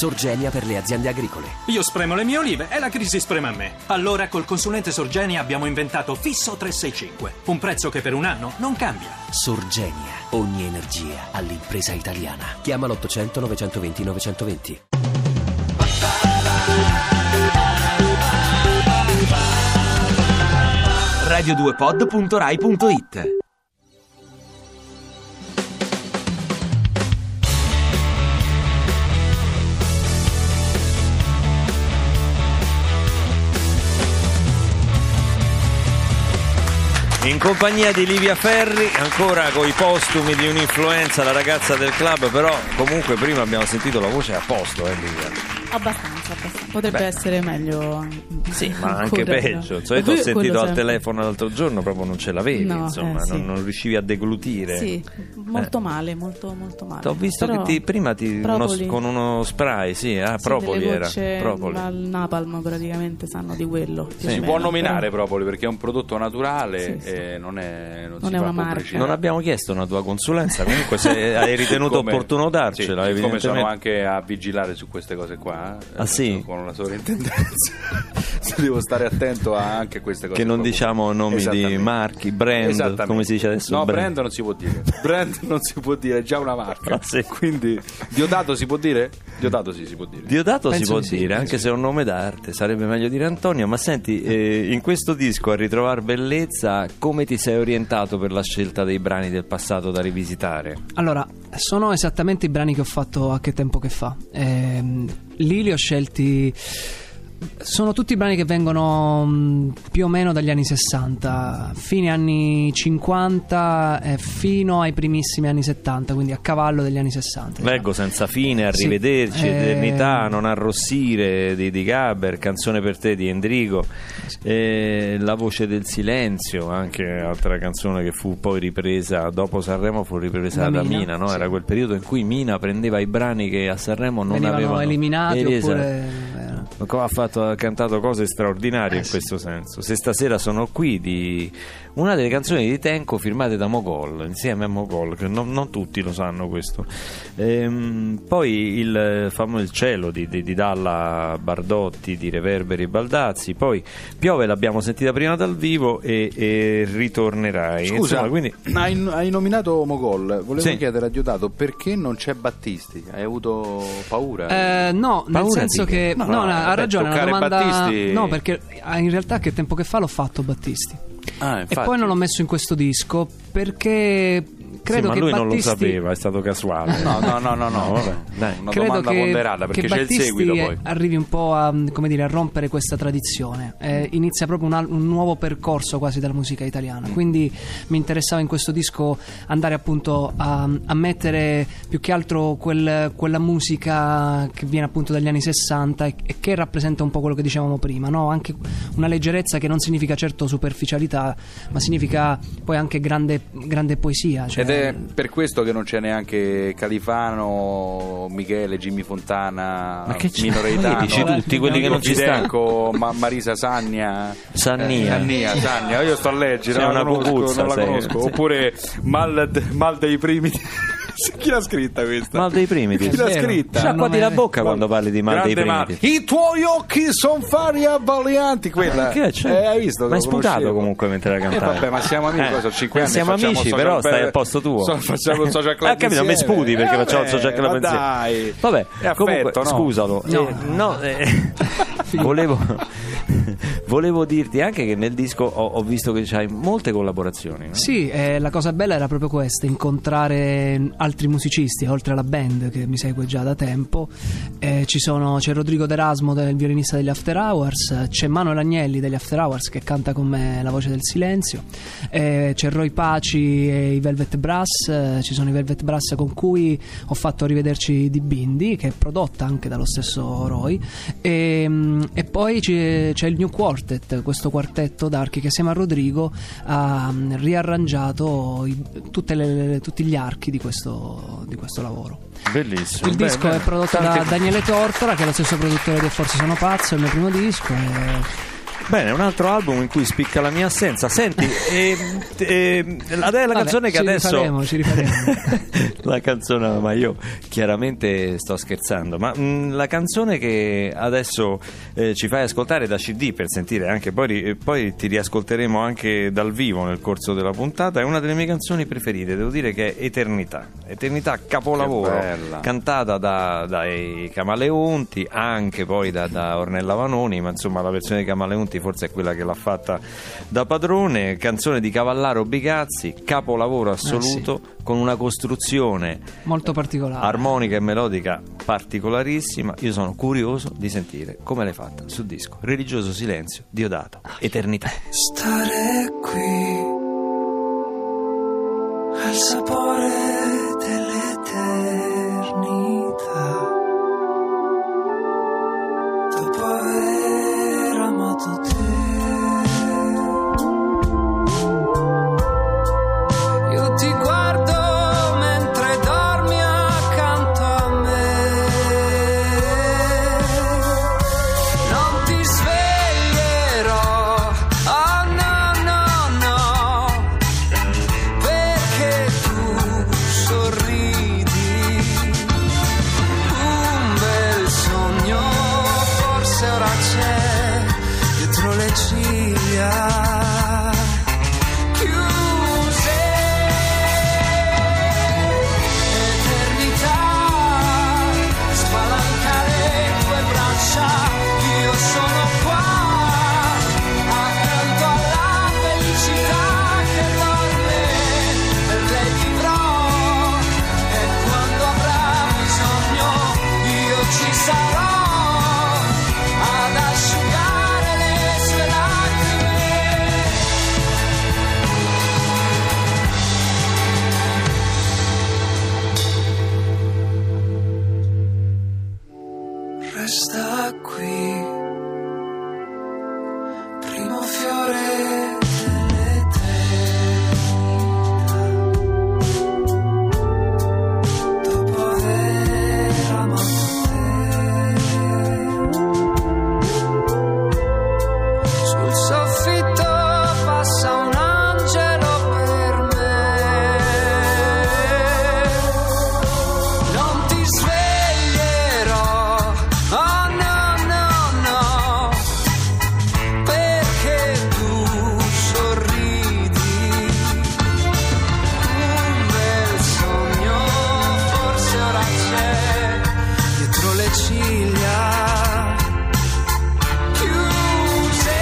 Sorgenia per le aziende agricole. Io spremo le mie olive e la crisi sprema me. Allora col consulente Sorgenia abbiamo inventato Fisso 365, un prezzo che per un anno non cambia. Sorgenia, ogni energia all'impresa italiana. Chiama l'800 920 920. radio2pod.rai.it. In compagnia di Livia Ferri, ancora con i postumi di un'influenza, la ragazza del club, però comunque prima abbiamo sentito la voce a posto, Livia? Abbastanza. Potrebbe essere meglio. Sì, ma anche peggio. Io ti ho sentito al telefono l'altro giorno, proprio non ce l'avevi, no, insomma, sì. non riuscivi a deglutire. Sì, molto male, molto male. Ti ho visto però che prima con uno spray, propoli era. Propoli. Al napalm praticamente sanno di quello. Sì. Si può nominare propoli perché è un prodotto naturale e non si è fa una marca. pubblicità. Non abbiamo chiesto una tua consulenza, comunque se hai ritenuto opportuno darcela, sì, come sono anche a vigilare su queste cose qua. Ah sì? Con la sovrintendenza devo stare attento a anche queste cose. Che non diciamo nomi di marchi, brand, come si dice adesso. No, brand non si può dire. Brand non si può dire, è già una marca. Sì. Quindi Diodato si può dire? Diodato sì, si può dire. Diodato Penso si può sì, dire, anche se è un nome d'arte, sarebbe meglio dire Antonio. Ma senti, in questo disco A ritrovare bellezza, come ti sei orientato per la scelta dei brani del passato da rivisitare? Allora, sono esattamente i brani che ho fatto a Che tempo che fa. Lì li ho scelti. Sono tutti brani che vengono più o meno dagli anni 60, fine anni 50 fino ai primissimi anni 70, quindi a cavallo degli anni 60. Leggo Senza fine, Arrivederci, Eternità, Non arrossire di Gaber, Canzone per te di Endrigo, La voce del silenzio, anche altra canzone che fu poi ripresa dopo Sanremo, fu ripresa da Mina, no? Sì. Era quel periodo in cui Mina prendeva i brani che a Sanremo non avevano eliminati oppure ha cantato cose straordinarie in questo senso. Se stasera sono qui, di una delle canzoni di Tenco firmate da Mogol, insieme a Mogol, che non tutti lo sanno questo. Poi il cielo di Dalla Bardotti, di Reverberi e Baldazzi. Poi Piove l'abbiamo sentita prima dal vivo e Ritornerai. Scusa, insomma, quindi hai nominato Mogol, volevo chiedere a Diodato perché non c'è Battisti. Hai avuto paura? No, nel senso che ha ragione, è una domanda. Battisti... No, perché in realtà Che tempo che fa l'ho fatto Battisti. E poi non l'ho messo in questo disco perché credo ma che lui Battisti... non lo sapeva, è stato casuale. No, vabbè. Dai, una credo domanda ponderata, perché c'è il seguito poi. Arrivi un po' a rompere questa tradizione. Inizia proprio un nuovo percorso quasi della musica italiana. Quindi mi interessava in questo disco andare appunto a mettere più che altro quella musica che viene appunto dagli anni 60 e che rappresenta un po' quello che dicevamo prima, no? Anche una leggerezza che non significa certo superficialità, ma significa poi anche grande poesia. Ed è per questo che non c'è neanche Califano, Michele, Jimmy Fontana, Mino Reitano, dici tutti quelli che non ci stanno, Marisa Sannia. Io sto a leggere, non la conosco. Sì. Oppure Mal dei primiti. Chi l'ha scritta questa? Mal dei primiti. Chi l'ha scritta? Sciacquati la bocca quando parli di Mal dei primiti. I tuoi occhi son fari avvalianti. Quella. Hai visto? Ma hai sputato comunque mentre la cantavi. Vabbè, ma siamo amici, sono 5 anni. Siamo amici, però stai al posto tuo. Facciamo il social club. Capito, mi sputi perché facciamo il social club insieme. Dai. Vabbè, comunque, affetto, no? Scusalo. Volevo dirti anche che nel disco ho visto che c'hai molte collaborazioni, no? Sì, la cosa bella era proprio questa, incontrare altri musicisti oltre alla band che mi segue già da tempo. C'è Rodrigo D'Erasmo, il violinista degli After Hours, c'è Manuel Agnelli degli After Hours che canta con me La voce del silenzio, c'è Roy Paci e i Velvet Brass, ci sono i Velvet Brass con cui ho fatto Arrivederci di Bindi, che è prodotta anche dallo stesso Roy, e poi c'è il New Quartet, questo quartetto d'archi che assieme a Rodrigo ha riarrangiato tutti gli archi di questo lavoro. Bellissimo. Il disco è prodotto da Daniele Tortora, che è lo stesso produttore di Forse sono pazzo, il mio primo disco, Bene, un altro album in cui spicca la mia assenza. Senti, la canzone che adesso ci rifaremo. la canzone, ma io chiaramente sto scherzando, ma la canzone che adesso ci fai ascoltare da CD per sentire anche poi ti riascolteremo anche dal vivo nel corso della puntata, è una delle mie canzoni preferite, devo dire che è Eternità, capolavoro, cantata dai Camaleonti, anche poi da Ornella Vanoni, ma insomma la versione dei Camaleonti forse è quella che l'ha fatta da padrone, canzone di Cavallaro Bigazzi, capolavoro assoluto, con una costruzione molto particolare, armonica e melodica particolarissima. Io sono curioso di sentire come l'hai fatta sul disco Religioso Silenzio, Diodato, Eternità. Stare qui al sapore dell'eternità, dopo aver amato te. Io ti guardo mentre dormi accanto a me, non ti sveglierò, oh no no no, perché tu sorridi, un bel sogno forse ora c'è dietro le ciglia. Io sono qua, accanto alla felicità che dorme, per lei vivrò, e quando avrà bisogno io ci sarò, ad asciugare le sue lacrime. Resta qui, primo fiore dell'eternità, dopo aver amato te. Sul soffitto passa un angelo per me, non ti sveglierò, oh no no no, perché tu sorridi, un bel sogno forse ora c'è dietro le ciglia chiuse.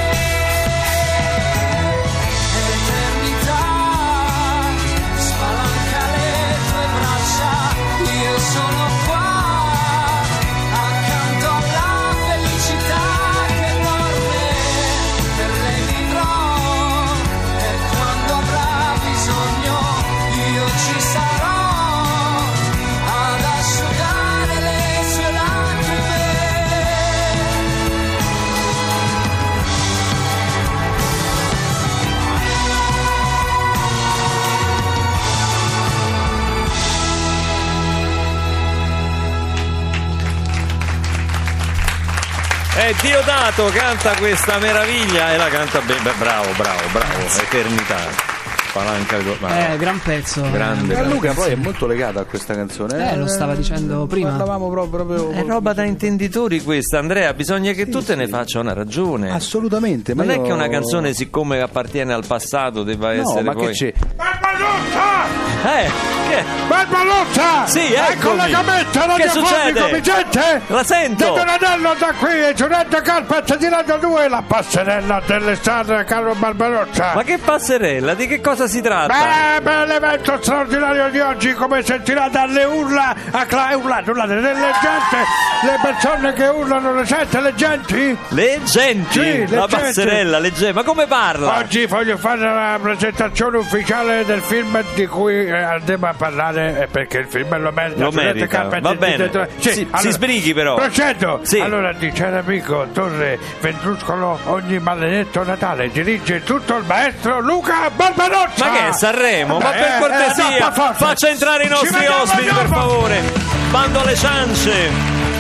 Eternità, spalanca le tue braccia, io sono qua, accanto alla felicità che dorme, per lei vivrò, e quando avrà bisogno io ci sarò, ad asciugare le sue lacrime. Diodato canta questa meraviglia e la canta bene, bravo, Eternità, palanca, gran pezzo, grande. Luca poi è molto legato a questa canzone. lo stava dicendo prima. Parlavamo proprio È roba da intenditori questa, Andrea, bisogna che tu te ne faccia una ragione. assolutamente. Non ma è io- che una canzone, siccome appartiene al passato, debba No, essere ma poi... che c'è? Che? Barbarossa! Sì, È eccomi. collegamento Che radiofonico, succede? mi sente? La sento. De Donatello da qui e Giorgetto Carpet di Radio 2, la passerella dell'estate, caro Barbarossa. Ma che passerella? Di che cosa si tratta? Per l'evento straordinario di oggi, come sentirà dalle urla, urlate delle gente, le persone che urlano, le sente le genti? Le genti? Sì, le la genti. passerella, le genti. Ma come parla? Oggi voglio fare la presentazione ufficiale del film di cui andiamo a parlare, perché il film lo merita. Lo merita, va bene. Si sbrighi però. Procedo. Sì. Allora dice l'amico Torre Ventruscolo, ogni maledetto Natale dirige tutto il maestro Luca Barbarossa. Ma che è Sanremo? Ma per no, cortesia forza. faccia entrare i Ci nostri vediamo ospiti, per dopo. favore. Bando alle ciance.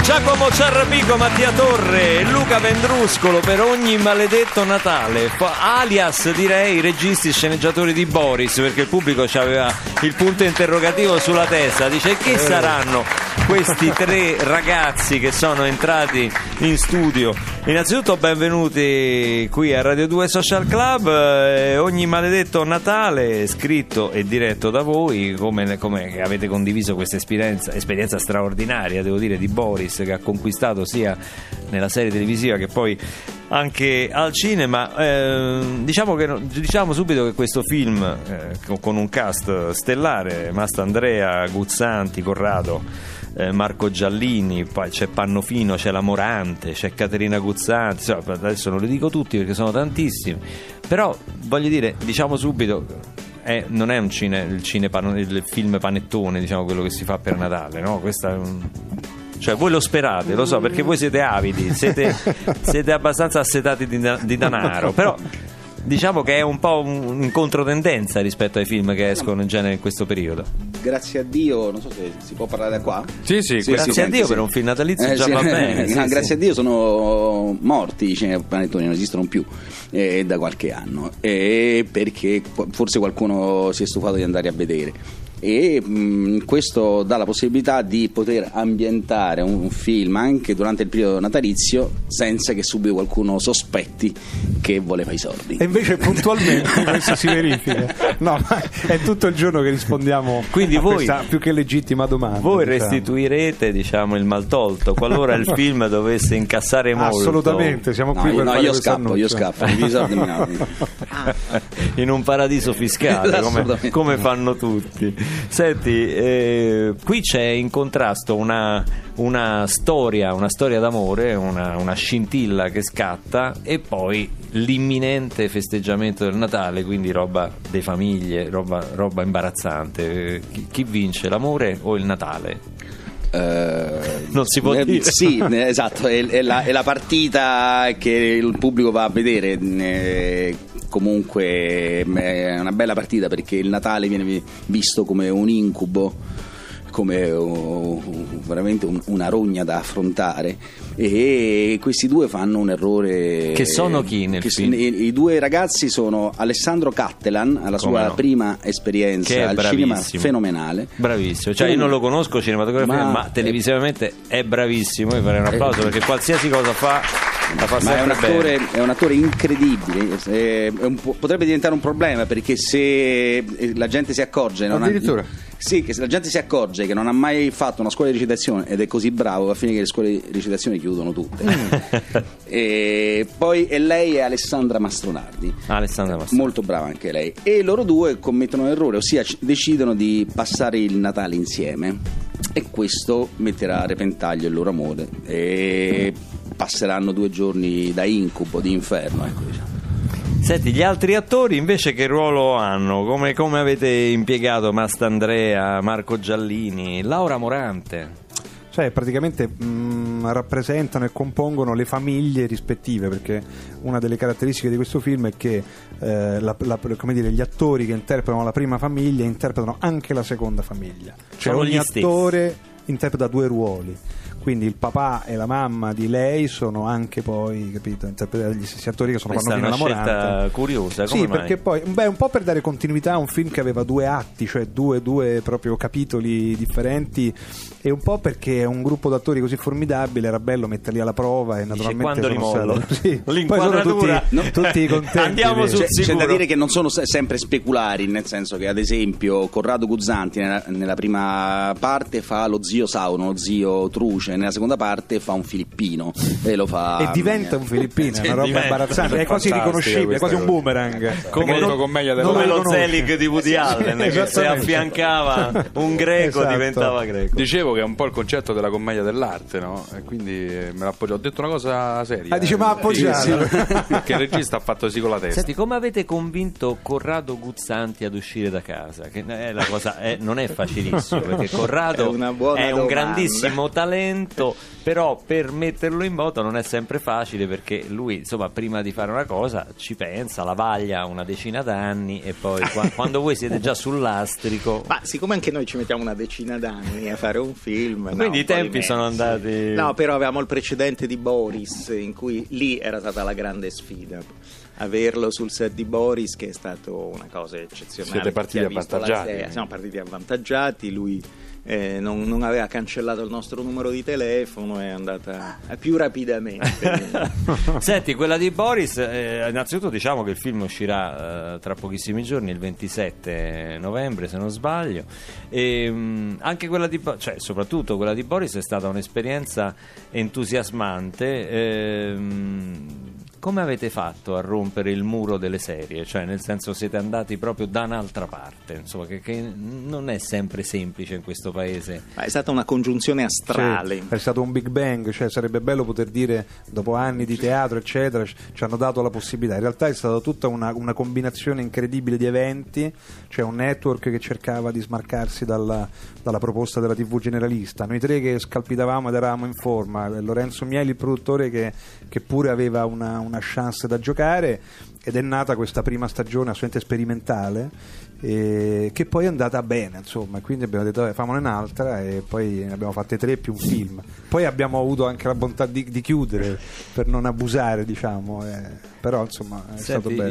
Giacomo Ciarrapico, Mattia Torre e Luca Vendruscolo per Ogni maledetto Natale, alias direi registi sceneggiatori di Boris, perché il pubblico aveva il punto interrogativo sulla testa, dice che saranno questi tre ragazzi che sono entrati in studio. Innanzitutto benvenuti qui a Radio 2 Social Club. Ogni maledetto Natale, scritto e diretto da voi, come avete condiviso questa esperienza straordinaria, devo dire, di Boris, che ha conquistato sia nella serie televisiva che poi anche al cinema. Diciamo subito che questo film con un cast stellare, Mastandrea, Guzzanti, Corrado, Marco Giallini, poi c'è Pannofino, c'è la Morante, c'è Caterina Guzzanti, adesso non li dico tutti perché sono tantissimi, però voglio dire, diciamo subito, non è il film panettone, diciamo, quello che si fa per Natale, no? Questa è cioè voi lo sperate, lo so, perché voi siete avidi, siete abbastanza assetati di denaro, però diciamo che è un po' in controtendenza rispetto ai film che escono in genere in questo periodo. Grazie a Dio, non so se si può parlare da qua. Sì, grazie a Dio per un film natalizio già va bene. Grazie a Dio sono morti i cinepanettoni, non esistono più da qualche anno, perché forse qualcuno si è stufato di andare a vedere. E questo dà la possibilità di poter ambientare un film anche durante il periodo natalizio senza che subito qualcuno sospetti che voleva i soldi. E invece puntualmente questo si verifica. No, ma è tutto il giorno che rispondiamo. Quindi a voi, questa più che legittima domanda. Voi restituirete, diciamo, il maltolto qualora il film dovesse incassare molto. Assolutamente, siamo qui per fare io scappo. In un paradiso fiscale, come fanno tutti. Senti, qui c'è in contrasto una storia d'amore, una scintilla che scatta, e poi l'imminente festeggiamento del Natale, quindi roba di famiglie, roba imbarazzante. Chi vince, l'amore o il Natale? Non si può dire. Sì, esatto, è la partita che il pubblico va a vedere. Comunque è una bella partita, perché il Natale viene visto come un incubo, come veramente una rogna da affrontare, e questi due fanno un errore. Che sono chi nel film? I due ragazzi sono Alessandro Cattelan, alla sua prima esperienza al cinema, fenomenale, bravissimo, cioè io non lo conosco cinematograficamente, ma televisivamente è bravissimo, io farei un applauso, perché qualsiasi cosa fa la fa sempre è un attore incredibile. Potrebbe diventare un problema, perché se la gente si accorge che se la gente si accorge che non ha mai fatto una scuola di recitazione ed è così bravo, va a finire che le scuole di recitazione chiudono tutte. E poi lei è Alessandra Mastronardi, molto brava anche lei, e loro due commettono un errore, ossia decidono di passare il Natale insieme, e questo metterà a repentaglio il loro amore e passeranno 2 giorni da incubo, di inferno, ecco, diciamo. Senti, gli altri attori invece che ruolo hanno? Come avete impiegato Mastandrea, Marco Giallini, Laura Morante? Cioè praticamente rappresentano e compongono le famiglie rispettive, perché una delle caratteristiche di questo film è che come dire, gli attori che interpretano la prima famiglia interpretano anche la seconda famiglia, cioè ogni attore interpreta 2 ruoli. Quindi il papà e la mamma di lei sono anche poi, capito, interpretati gli stessi attori che sono Pannofino e la Morante. Questa è una scelta curiosa, come sì, mai? Perché poi un po' per dare continuità a un film che aveva 2 atti, cioè due proprio capitoli differenti, e un po' perché è un gruppo d'attori così formidabile, era bello metterli alla prova, e naturalmente quando rimollo sì, l'inquadratura, poi sono tutti contenti. Andiamo sul c'è da dire che non sono sempre speculari, nel senso che ad esempio Corrado Guzzanti nella prima parte fa lo zio Sauno, lo zio Truce, nella seconda parte fa un filippino e lo fa, e diventa un filippino, è una roba imbarazzante, è quasi riconoscibile, è quasi un boomerang, come lo Zelig di Woody Allen, che se affiancava un greco diventava greco. Dicevo che è un po' il concetto della commedia dell'arte, no? E quindi me l'ha appoggiato. Ho detto una cosa seria. Dice, ma appoggiato. Che il regista ha fatto sì con la testa. Senti, come avete convinto Corrado Guzzanti ad uscire da casa? Che la cosa non è facilissimo, perché Corrado è un grandissimo talento, talento, però per metterlo in moto non è sempre facile, perché lui, insomma, prima di fare una cosa ci pensa, la vaglia una decina d'anni, e poi quando voi siete già sul lastrico... Ma siccome anche noi ci mettiamo una decina d'anni a fare un film, quindi i tempi sono andati... No, però avevamo il precedente di Boris, in cui lì era stata la grande sfida, averlo sul set di Boris, che è stato una cosa eccezionale. Siete partiti avvantaggiati. Siamo partiti avvantaggiati, lui non aveva cancellato il nostro numero di telefono, è andata più rapidamente. Senti, quella di Boris, innanzitutto diciamo che il film uscirà tra pochissimi giorni, il 27 novembre se non sbaglio, e anche quella di, cioè soprattutto quella di Boris è stata un'esperienza entusiasmante. Come avete fatto a rompere il muro delle serie? Cioè, nel senso, siete andati proprio da un'altra parte, insomma, che non è sempre semplice in questo paese. Ma è stata una congiunzione astrale. Sì, è stato un Big Bang, cioè sarebbe bello poter dire, dopo anni di teatro eccetera, ci hanno dato la possibilità. In realtà è stata tutta una combinazione incredibile di eventi, cioè un network che cercava di smarcarsi dalla proposta della TV generalista, noi tre che scalpitavamo ed eravamo in forma, Lorenzo Mieli il produttore che pure aveva una chance da giocare, ed è nata questa prima stagione assolutamente sperimentale, che poi è andata bene, insomma, quindi abbiamo detto famone un'altra, e poi ne abbiamo fatte 3 più un film. Poi abbiamo avuto anche la bontà di chiudere per non abusare, diciamo, però insomma è stato bello.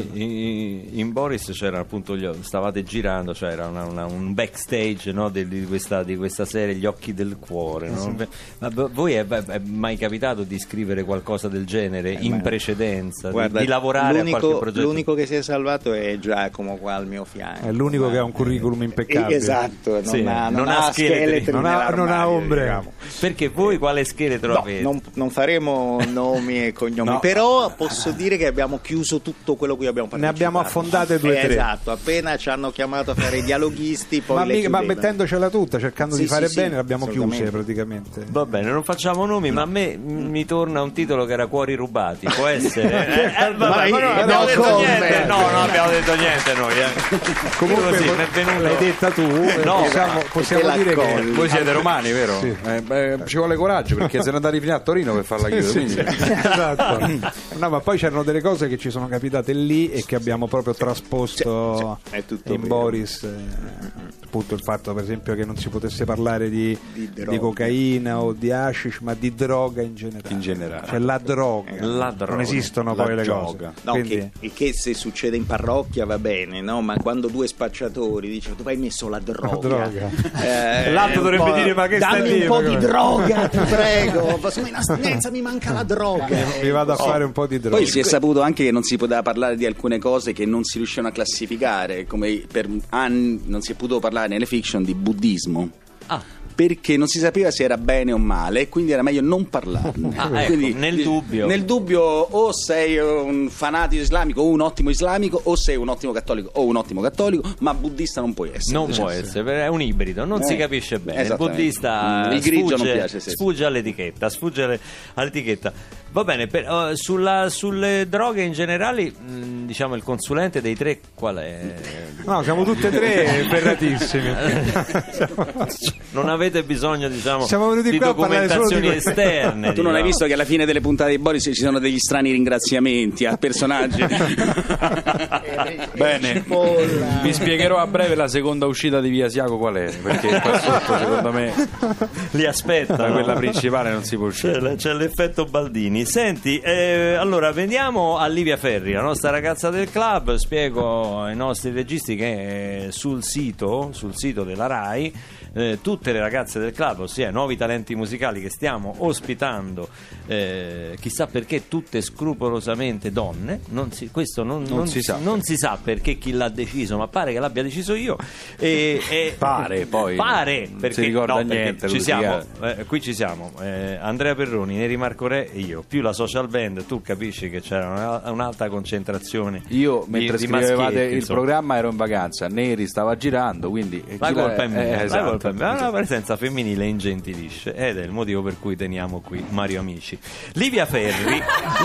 In Boris c'era appunto, stavate girando, cioè era un backstage, no, di questa serie, Gli occhi del cuore, no? Sì. Ma voi è mai capitato di scrivere qualcosa del genere in precedenza? Guarda, di lavorare a qualche progetto? L'unico che si è salvato è Giacomo qua al mio fianco. È l'unico che ha un curriculum impeccabile. Esatto, non ha scheletri, non ha ombre. Diciamo. Perché voi quale scheletro avete? Non faremo nomi e cognomi, però posso dire che abbiamo chiuso tutto quello cui abbiamo partecipato. Ne abbiamo affondate 2 o 3. Esatto, appena ci hanno chiamato a fare i dialoghisti, poi ma mettendocela tutta, cercando di fare bene, l'abbiamo chiuse praticamente. Va bene, non facciamo nomi, ma a me mi torna un titolo che era Cuori rubati, può essere? Non abbiamo detto niente. No, non abbiamo detto niente noi. Comunque così, mi è venuto... l'hai detta tu, no, possiamo dire che voi siete romani, vero? Sì. Ci vuole coraggio, perché se ne andate fino a Torino per farla chiudere. Sì. Esatto. No, ma poi c'erano delle cose che ci sono capitate lì e che abbiamo proprio trasposto in Boris. Appunto il fatto, per esempio, che non si potesse parlare di cocaina o di hashish, ma di droga in generale. Cioè la droga. Non esistono poi le cose. No, quindi... che se succede in parrocchia va bene, no? Ma quando 2 spacciatori dicono dove hai messo la droga? L'altro dovrebbe dire ma che stai dammi un po' di droga, ti prego, sono in astinenza, mi manca la droga. Mi vado a fare un po' di droga. Poi si è saputo anche che non si poteva parlare di alcune cose che non si riuscivano a classificare, come per anni non si è potuto parlare nelle fiction di buddismo. Perché non si sapeva se era bene o male, e quindi era meglio non parlarne. Quindi, nel dubbio o sei un fanatico islamico o un ottimo islamico, o sei un ottimo cattolico o un ottimo cattolico, ma buddista non puoi essere. Non può essere, è un ibrido, non si capisce bene. Il buddista il grigio non piace, sfugge all'etichetta, Va bene, sulle droghe in generale, diciamo, il consulente dei 3 qual è? No, siamo tutte e 3 ferratissimi. Non avete bisogno, diciamo, siamo venuti di qua documentazioni esterne. Tu non hai visto che alla fine delle puntate di Boris ci sono degli strani ringraziamenti a personaggi? Bene, vi spiegherò a breve la seconda uscita di Via Asiago qual è, perché qua sotto secondo me li aspetta, da quella principale non si può uscire. C'è l'effetto Baldini. Senti, allora veniamo a Livia Ferri, la nostra ragazza del club. Spiego ai nostri registi che sul sito della RAI tutte le ragazze del club, ossia nuovi talenti musicali che stiamo ospitando, chissà perché tutte scrupolosamente donne, non si sa perché chi l'ha deciso, ma pare che l'abbia deciso io, pare perché si ricorda niente, ci siamo, qui ci siamo, Andrea Perroni, Neri Marco Re e io, più la social band. Tu capisci che c'era un'alta concentrazione. Io mentre di scrivevate il insomma. programma ero in vacanza, Neri stava girando, quindi la colpa è mia, esatto. La presenza femminile ingentilisce ed è il motivo per cui teniamo qui Mario Amici. Livia Ferri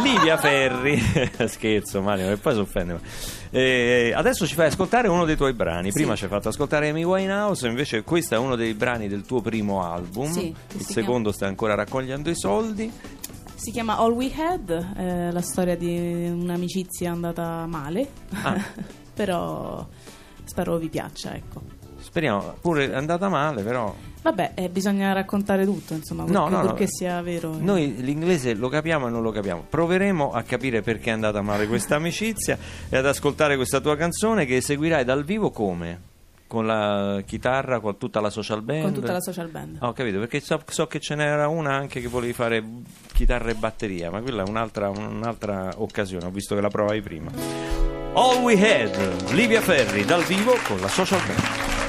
scherzo Mario, che poi si offende. Adesso ci fai ascoltare uno dei tuoi brani. Prima ci hai fatto ascoltare Amy Winehouse, invece questo è uno dei brani del tuo primo album. Sì, il secondo stai ancora raccogliendo i soldi. Si chiama All We Had, la storia di un'amicizia andata male, però spero vi piaccia, ecco. Speriamo, pure è andata male, però... Vabbè, bisogna raccontare tutto, insomma, perché sia vero. Noi l'inglese lo capiamo e non lo capiamo. Proveremo a capire perché è andata male questa amicizia e ad ascoltare questa tua canzone che eseguirai dal vivo come? Con la chitarra, con tutta la social band? Con tutta la social band. Ho capito, perché so che ce n'era una anche che volevi fare chitarra e batteria, ma quella è un'altra occasione, ho visto che la provavi prima. All We Had, Livia Ferri dal vivo con la social band.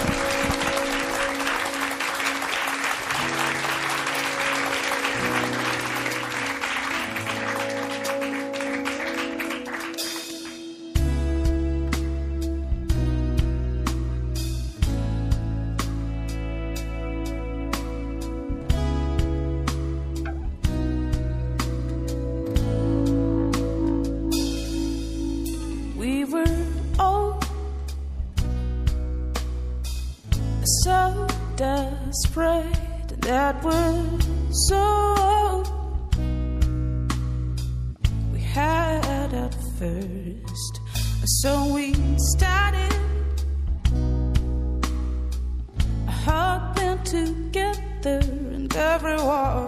So desperate, that was so we had at first. So we started hoping together, and everyone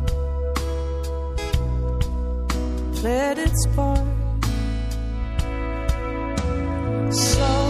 played its part. So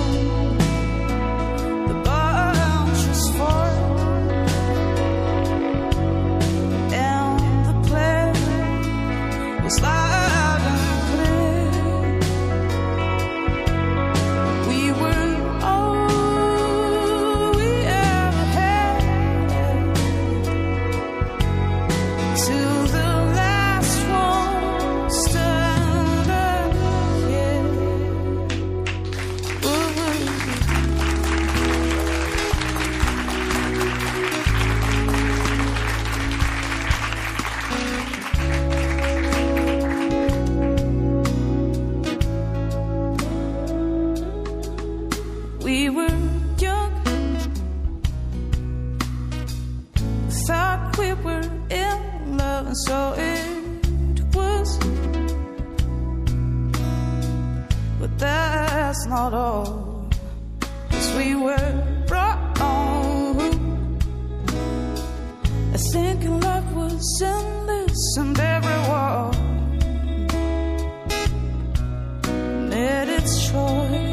we were young, thought we were in love, and so it was. But that's not all, 'cause we were wrong. I think love was endless, and everyone made its choice.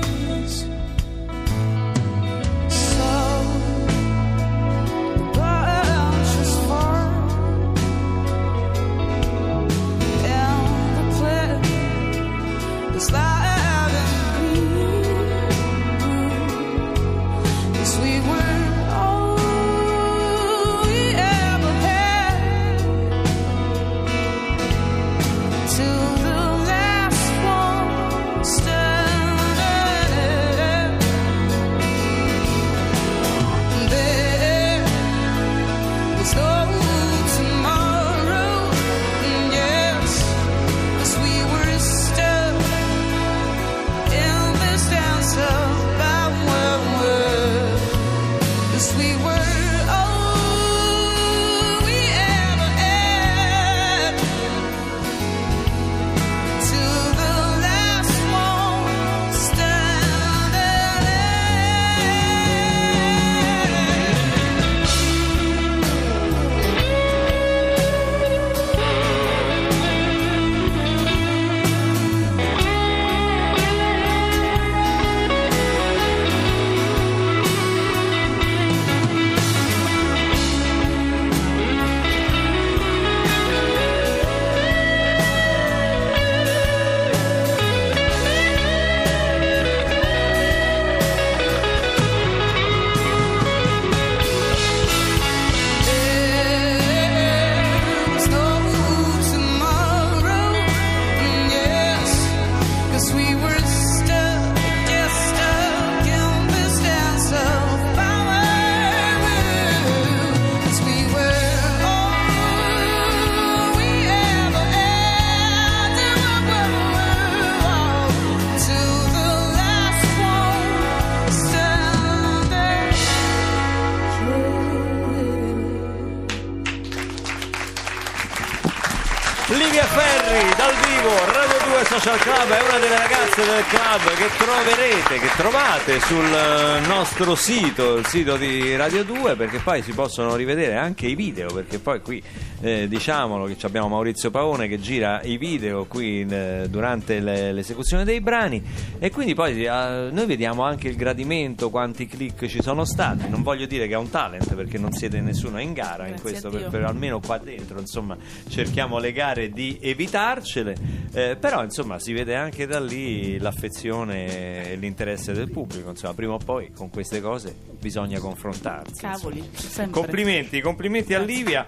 Livia Ferri dal vivo, Radio 2 Social Club, è una delle ragazze del club che trovate sul nostro sito, il sito di Radio 2, perché poi si possono rivedere anche i video, perché poi qui diciamolo che abbiamo Maurizio Paone che gira i video qui durante l'esecuzione dei brani, e quindi poi noi vediamo anche il gradimento, quanti click ci sono stati. Non voglio dire che è un talent, perché non siete nessuno in gara in questo, per almeno qua dentro, insomma, cerchiamo le gare di evitarcele, però insomma si vede anche da lì l'affezione e l'interesse del pubblico, insomma, prima o poi con queste cose bisogna confrontarsi. Cavoli, complimenti a Livia,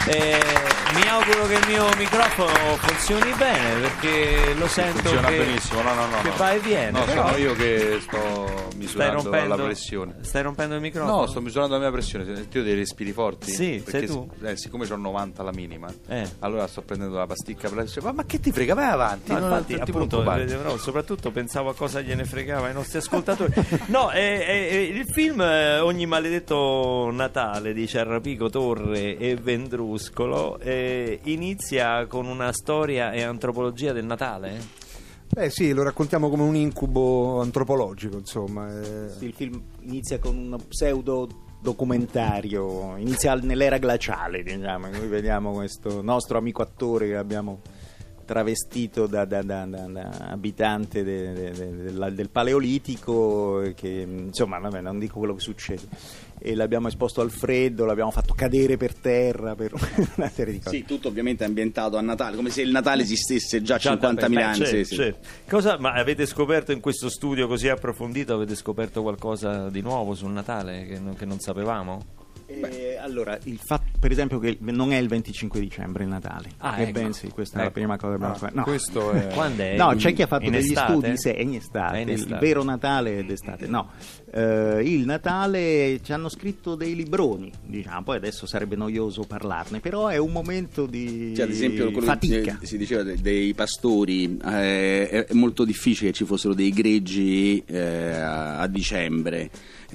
mi auguro che il mio microfono funzioni bene, perché lo sento funziona che benissimo, no. che va e viene. No, però sono io che sto misurando la pressione. Stai rompendo il microfono? No, sto misurando la mia pressione. Io dei respiri forti. Sì, perché sei tu? Siccome ho 90 alla minima, allora sto prendendo la pasticca per la... Ma che ti frega? Vai avanti. No, non infatti, ti appunto, preoccupare. soprattutto pensavo a cosa gliene fregava ai nostri ascoltatori. No, il film Ogni maledetto Natale di Ciarrapico, Torre e Vendruscolo inizia con una storia e antropologia del Natale? Sì, lo raccontiamo come un incubo antropologico, insomma. Sì, il film inizia con un pseudo documentario, inizia nell'era glaciale, diciamo. Noi vediamo questo nostro amico attore che abbiamo travestito da abitante del Paleolitico, che insomma, vabbè, non dico quello che succede, e l'abbiamo esposto al freddo, l'abbiamo fatto cadere per terra per una serie di cose. Sì, tutto ovviamente ambientato a Natale, come se il Natale esistesse già 50.000 anni. Certo. Ma avete scoperto in questo studio così approfondito, avete scoperto qualcosa di nuovo sul Natale che non sapevamo? Allora, il fatto, per esempio, che non è il 25 dicembre il Natale, bensì, questa è la prima cosa che abbiamo fatto. No. Questo è... Quando è? No, c'è chi ha fatto in degli estate? studi, è in estate, in estate. Il vero Natale è d'estate. No, il Natale ci hanno scritto dei libroni, diciamo, poi adesso sarebbe noioso parlarne, però è un momento di ad esempio, fatica. Si diceva dei pastori, è molto difficile che ci fossero dei greggi a dicembre.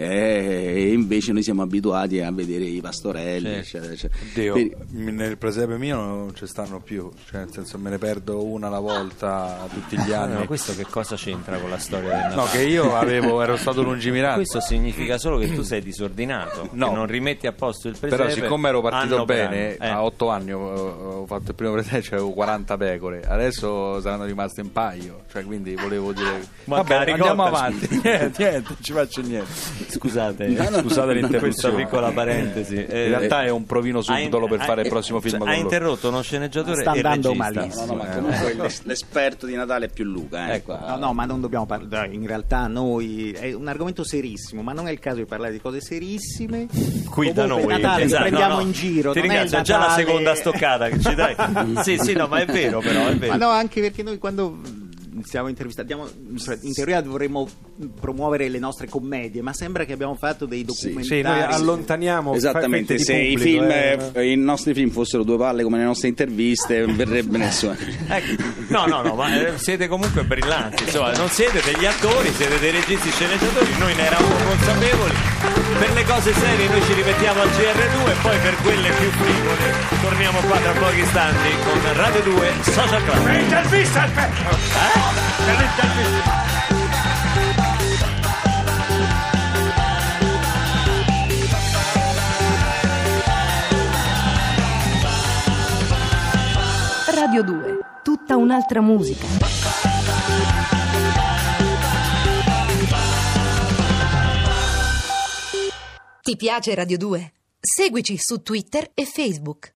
E invece noi siamo abituati a vedere i pastorelli, eccetera, eccetera. Oddio, nel presepe mio non ci stanno più, cioè nel senso me ne perdo una alla volta tutti gli anni. Ma questo che cosa c'entra con la storia del Natale? No, che io ero stato lungimirante. Questo significa solo che tu sei disordinato, che non rimetti a posto il presepe. Però siccome ero partito bene, brano. a 8 anni ho fatto il primo presepe, cioè avevo 40 pecore, adesso saranno rimaste un paio, cioè quindi volevo dire vabbè, andiamo avanti. niente, non ci faccio niente. Scusate l'interruzione, questa piccola parentesi. In realtà è un provino subdolo per fare il prossimo film con ha interrotto uno sceneggiatore sta e andando regista. malissimo. No, ma comunque l'esperto di Natale è più Luca. Ecco. No, ma non dobbiamo parlare. In realtà noi è un argomento serissimo, ma non è il caso di parlare di cose serissime. Qui da noi. Natale li prendiamo in giro. Ti non ringrazio, è già la seconda stoccata che ci dai. sì, no, ma è vero, però è vero. Ma no, anche perché noi quando stiamo intervistando, in teoria dovremmo promuovere le nostre commedie, ma sembra che abbiamo fatto dei documentari. Sì, noi allontaniamo esattamente. Se pubblico, i nostri film fossero due palle come le nostre interviste, non verrebbe nessuno. Ecco. No, ma siete comunque brillanti, insomma, non siete degli attori, siete dei registi sceneggiatori, noi ne eravamo consapevoli. Per le cose serie noi ci rimettiamo al GR2 e poi per quelle più frivole torniamo qua tra pochi istanti con Radio 2 Social Club. Intervista al pezzo! Radio 2, tutta un'altra musica. Ti piace Radio 2? Seguici su Twitter e Facebook.